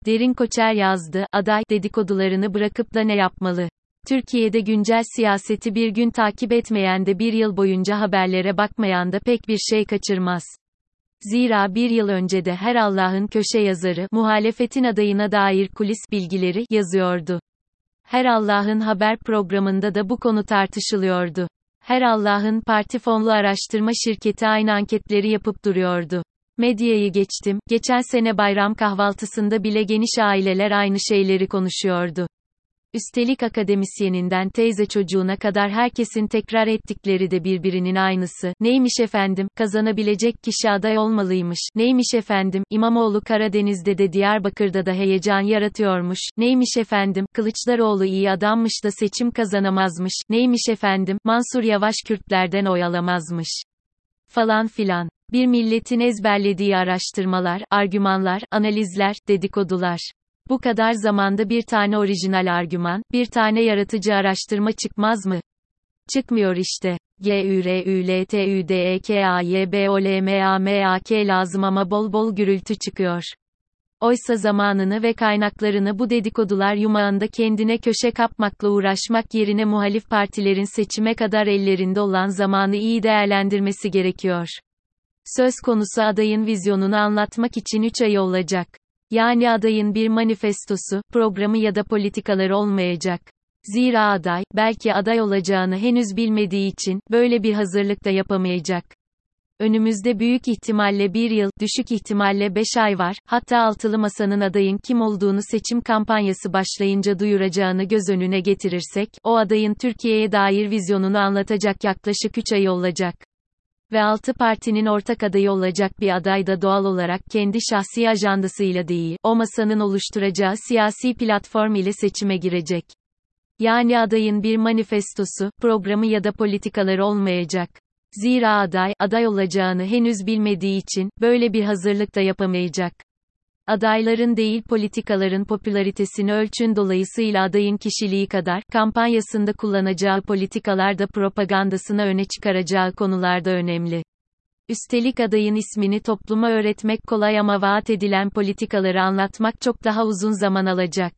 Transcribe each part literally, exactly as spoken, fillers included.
Derin Koçer yazdı, aday, dedikodularını bırakıp da ne yapmalı? Türkiye'de güncel siyaseti bir gün takip etmeyen de bir yıl boyunca haberlere bakmayan da pek bir şey kaçırmaz. Zira bir yıl önce de her Allah'ın köşe yazarı, muhalefetin adayına dair kulis bilgileri yazıyordu. Her Allah'ın haber programında da bu konu tartışılıyordu. Her Allah'ın parti fonlu araştırma şirketi aynı anketleri yapıp duruyordu. Medyayı geçtim, geçen sene bayram kahvaltısında bile geniş aileler aynı şeyleri konuşuyordu. Üstelik akademisyeninden teyze çocuğuna kadar herkesin tekrar ettikleri de birbirinin aynısı. Neymiş efendim, kazanabilecek kişi aday olmalıymış. Neymiş efendim, İmamoğlu Karadeniz'de de Diyarbakır'da da heyecan yaratıyormuş. Neymiş efendim, Kılıçdaroğlu iyi adammış da seçim kazanamazmış. Neymiş efendim, Mansur Yavaş Kürtlerden oy alamazmış. Falan filan. Bir milletin ezberlediği araştırmalar, argümanlar, analizler, dedikodular. Bu kadar zamanda bir tane orijinal argüman, bir tane yaratıcı araştırma çıkmaz mı? Çıkmıyor işte. G Ü R Ü L T Ü D E K A Y B O L M A M A K lazım ama bol bol gürültü çıkıyor. Oysa zamanını ve kaynaklarını bu dedikodular yumağında kendine köşe kapmakla uğraşmak yerine muhalif partilerin seçime kadar ellerinde olan zamanı iyi değerlendirmesi gerekiyor. Söz konusu adayın vizyonunu anlatmak için üç ay olacak. Yani adayın bir manifestosu, programı ya da politikaları olmayacak. Zira aday, belki aday olacağını henüz bilmediği için, böyle bir hazırlık da yapamayacak. Önümüzde büyük ihtimalle bir yıl, düşük ihtimalle beş ay var, hatta altılı masanın adayın kim olduğunu seçim kampanyası başlayınca duyuracağını göz önüne getirirsek, o adayın Türkiye'ye dair vizyonunu anlatacak yaklaşık üç ay olacak. Ve altı partinin ortak adayı olacak bir aday da doğal olarak kendi şahsi ajandasıyla değil, o masanın oluşturacağı siyasi platform ile seçime girecek. Yani adayın bir manifestosu, programı ya da politikaları olmayacak. Zira aday, aday olacağını henüz bilmediği için, böyle bir hazırlık da yapamayacak. Adayların değil politikaların popülaritesini ölçün dolayısıyla adayın kişiliği kadar, kampanyasında kullanacağı politikalar da propagandasını öne çıkaracağı konularda önemli. Üstelik adayın ismini topluma öğretmek kolay ama vaat edilen politikaları anlatmak çok daha uzun zaman alacak.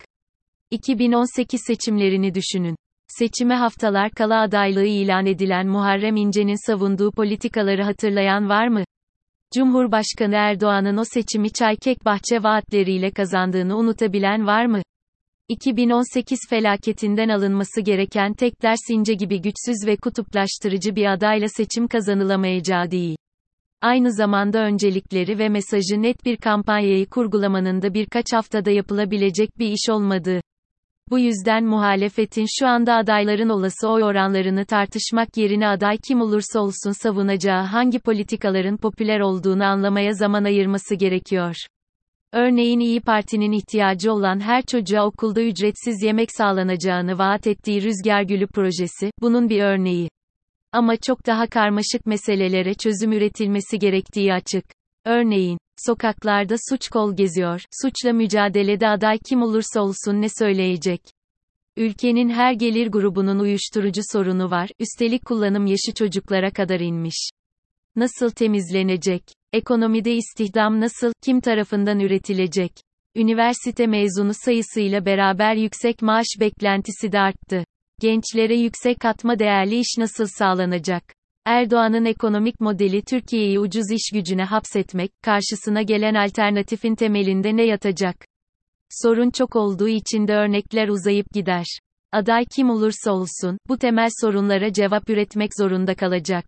iki bin on sekiz seçimlerini düşünün. Seçime haftalar kala adaylığı ilan edilen Muharrem İnce'nin savunduğu politikaları hatırlayan var mı? Cumhurbaşkanı Erdoğan'ın o seçimi çay-kek bahçe vaatleriyle kazandığını unutabilen var mı? iki bin on sekiz felaketinden alınması gereken tek ders İnce gibi güçsüz ve kutuplaştırıcı bir adayla seçim kazanılamayacağı değil. Aynı zamanda öncelikleri ve mesajı net bir kampanyayı kurgulamanın da birkaç haftada yapılabilecek bir iş olmadığı. Bu yüzden muhalefetin şu anda adayların olası oy oranlarını tartışmak yerine aday kim olursa olsun savunacağı hangi politikaların popüler olduğunu anlamaya zaman ayırması gerekiyor. Örneğin İyi Parti'nin ihtiyacı olan her çocuğa okulda ücretsiz yemek sağlanacağını vaat ettiği Rüzgar Gülü projesi, bunun bir örneği. Ama çok daha karmaşık meselelere çözüm üretilmesi gerektiği açık. Örneğin, sokaklarda suç kol geziyor, suçla mücadelede aday kim olursa olsun ne söyleyecek? Ülkenin her gelir grubunun uyuşturucu sorunu var, üstelik kullanım yaşı çocuklara kadar inmiş. Nasıl temizlenecek? Ekonomide istihdam nasıl, kim tarafından üretilecek? Üniversite mezunu sayısıyla beraber yüksek maaş beklentisi de arttı. Gençlere yüksek katma değerli iş nasıl sağlanacak? Erdoğan'ın ekonomik modeli Türkiye'yi ucuz iş gücüne hapsetmek, karşısına gelen alternatifin temelinde ne yatacak? Sorun çok olduğu için de örnekler uzayıp gider. Aday kim olursa olsun, bu temel sorunlara cevap üretmek zorunda kalacak.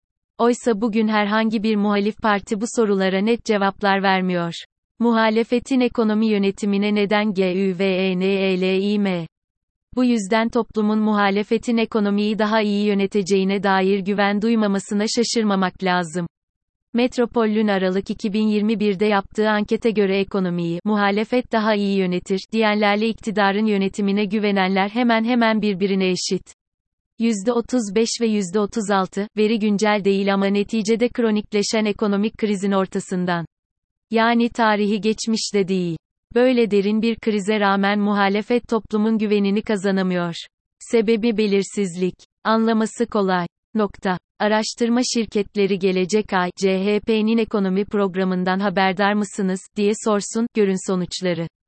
Oysa bugün herhangi bir muhalif parti bu sorulara net cevaplar vermiyor. Muhalefetin ekonomi yönetimine neden güvenelim? Bu yüzden toplumun muhalefetin ekonomiyi daha iyi yöneteceğine dair güven duymamasına şaşırmamak lazım. Metropol'ün Aralık iki bin yirmi bir'de yaptığı ankete göre ekonomiyi, muhalefet daha iyi yönetir, diyenlerle iktidarın yönetimine güvenenler hemen hemen birbirine eşit. yüzde otuz beş ve yüzde otuz altı, veri güncel değil ama neticede kronikleşen ekonomik krizin ortasından. Yani tarihi geçmişte değil. Böyle derin bir krize rağmen muhalefet toplumun güvenini kazanamıyor. Sebebi belirsizlik. Anlaması kolay. Nokta. Araştırma şirketleri gelecek ay, C H P'nin ekonomi programından haberdar mısınız, diye sorsun, görün sonuçları.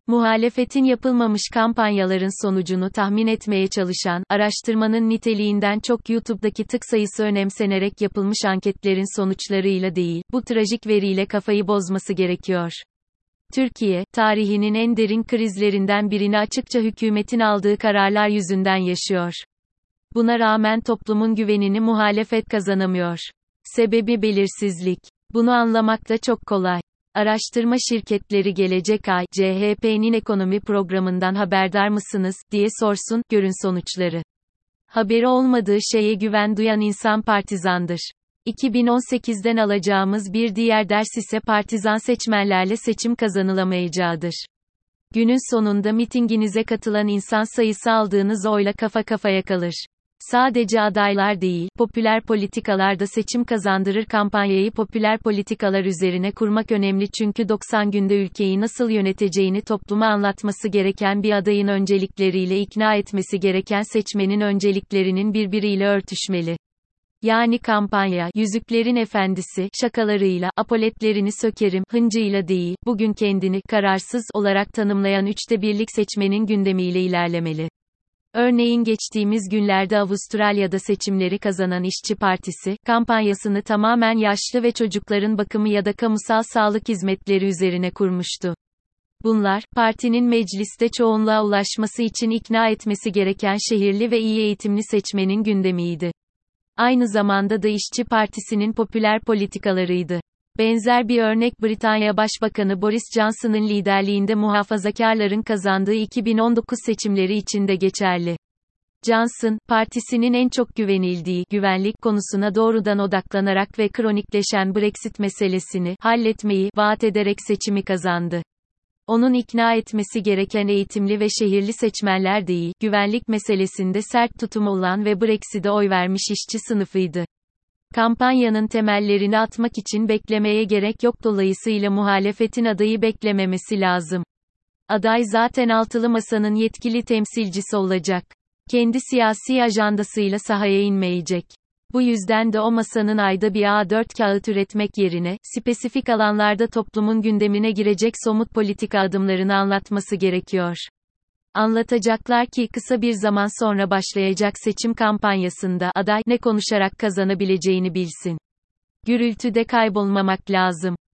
Muhalefetin yapılmamış kampanyaların sonucunu tahmin etmeye çalışan, araştırmanın niteliğinden çok YouTube'daki tık sayısı önemsenerek yapılmış anketlerin sonuçlarıyla değil, bu trajik veriyle kafayı bozması gerekiyor. Türkiye, tarihinin en derin krizlerinden birini açıkça hükümetin aldığı kararlar yüzünden yaşıyor. Buna rağmen toplumun güvenini muhalefet kazanamıyor. Sebebi belirsizlik. Bunu anlamak da çok kolay. Araştırma şirketleri gelecek ay, C H P'nin ekonomi programından haberdar mısınız, diye sorsun, görün sonuçları. Haberi olmadığı şeye güven duyan insan partizandır. iki bin on sekizden alacağımız bir diğer ders ise partizan seçmenlerle seçim kazanılamayacağıdır. Günün sonunda mitinginize katılan insan sayısı aldığınız oyla kafa kafaya kalır. Sadece adaylar değil, popüler politikalar da seçim kazandırır. Kampanyayı popüler politikalar üzerine kurmak önemli çünkü doksan günde ülkeyi nasıl yöneteceğini topluma anlatması gereken bir adayın öncelikleriyle ikna etmesi gereken seçmenin önceliklerinin birbiriyle örtüşmeli. Yani kampanya, Yüzüklerin Efendisi, şakalarıyla, apoletlerini sökerim, hıncıyla değil, bugün kendini, kararsız, olarak tanımlayan üçte birlik seçmenin gündemiyle ilerlemeli. Örneğin geçtiğimiz günlerde Avustralya'da seçimleri kazanan İşçi Partisi, kampanyasını tamamen yaşlı ve çocukların bakımı ya da kamusal sağlık hizmetleri üzerine kurmuştu. Bunlar, partinin mecliste çoğunluğa ulaşması için ikna etmesi gereken şehirli ve iyi eğitimli seçmenin gündemiydi. Aynı zamanda da İşçi Partisi'nin popüler politikalarıydı. Benzer bir örnek Britanya Başbakanı Boris Johnson'ın liderliğinde muhafazakarların kazandığı iki bin on dokuz seçimleri için de geçerli. Johnson, partisinin en çok güvenildiği güvenlik konusuna doğrudan odaklanarak ve kronikleşen Brexit meselesini halletmeyi vaat ederek seçimi kazandı. Onun ikna etmesi gereken eğitimli ve şehirli seçmenler değil, güvenlik meselesinde sert tutumu olan ve Brexit'e oy vermiş işçi sınıfıydı. Kampanyanın temellerini atmak için beklemeye gerek yok, dolayısıyla muhalefetin adayı beklememesi lazım. Aday zaten altılı masanın yetkili temsilcisi olacak. Kendi siyasi ajandasıyla sahaya inmeyecek. Bu yüzden de o masanın ayda bir A dört kağıt üretmek yerine, spesifik alanlarda toplumun gündemine girecek somut politika adımlarını anlatması gerekiyor. Anlatacaklar ki kısa bir zaman sonra başlayacak seçim kampanyasında aday ne konuşarak kazanabileceğini bilsin. Gürültüde kaybolmamak lazım.